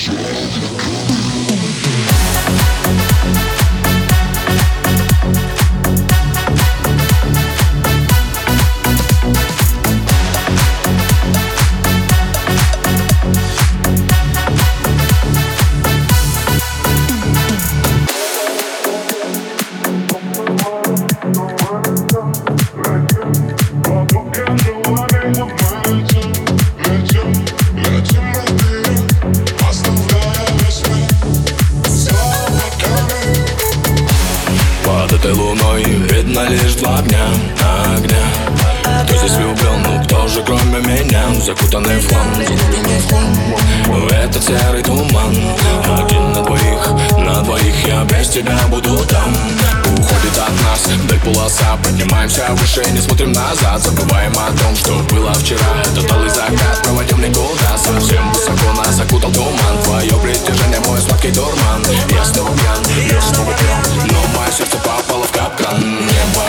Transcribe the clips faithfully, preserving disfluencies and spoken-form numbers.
Луной видно лишь два огня, огня. Кто здесь влюблен, ну кто же кроме меня? Закутанный в хлам, закутанный в хлам. Этот серый туман, один на двоих, на двоих я без тебя буду там. Уходит от нас вдаль полоса, поднимаемся выше, не смотрим назад. Забываем о том, что было вчера. Этот алый закат проводил никуда. Совсем высоко нас окутал туман. Твое притяжение, мой сладкий дурман. Я снова пьян, я снова пьян, но мое сердце попало в капкан. Небо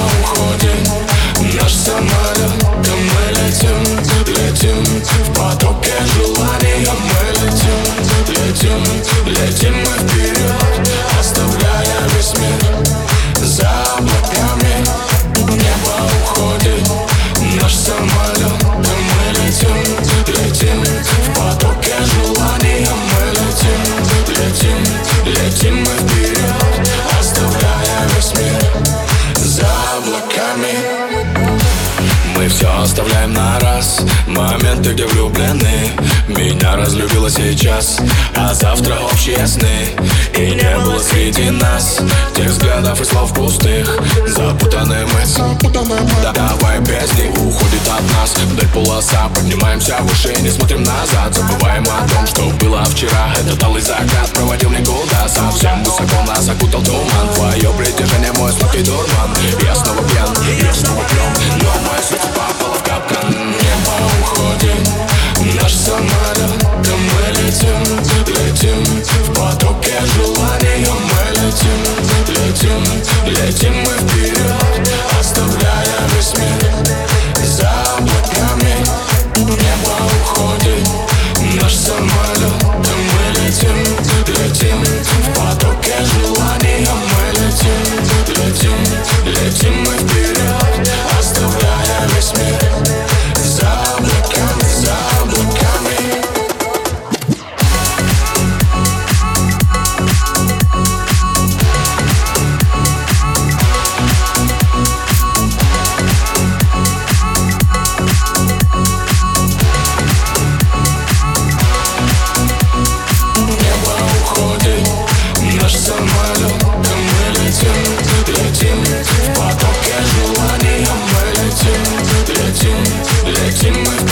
уходит, наш самолет, и мы летим, летим в потоке желаний. Мы летим, летим, летим мы вперед, оставляя весь мир за облаками. Небо уходит, наш самолет, и мы летим, летим в потоке желаний. Мы летим, летим, летим мы вперед, оставляя весь мир за облаками. Мы все оставляем на раз, моменты, где влюблены. Меня разлюбила сейчас, а завтра общие сны. И не было среди нас тех взглядов и слов пустых. Запутанные мы, запутанные мы. Да, давай песни, уходит от нас вдаль полоса, поднимаемся выше, не смотрим назад. Забываем о том, что было вчера. Этот алый закат проводил никуда. Совсем высоко нас окутал туман. Твое притяжение, мой сладкий дурман. Я снова пьян, я снова пьян, но мое сердце попало в капкан. Небо уходит, наш самолет, и мы летим, летим в потоке желаний. Мы летим, летим, летим мы вперед, оставляя весь мир за облаками. Небо уходит, наш самолет, и мы летим, летим в потоке желаний. Мы летим, летим, летим мы вперед, оставляя весь мир за облаками, за облаками. Небо уходит, наш самолет, и мы летим, летим в потоке желаний. Мы летим, летим, летим мы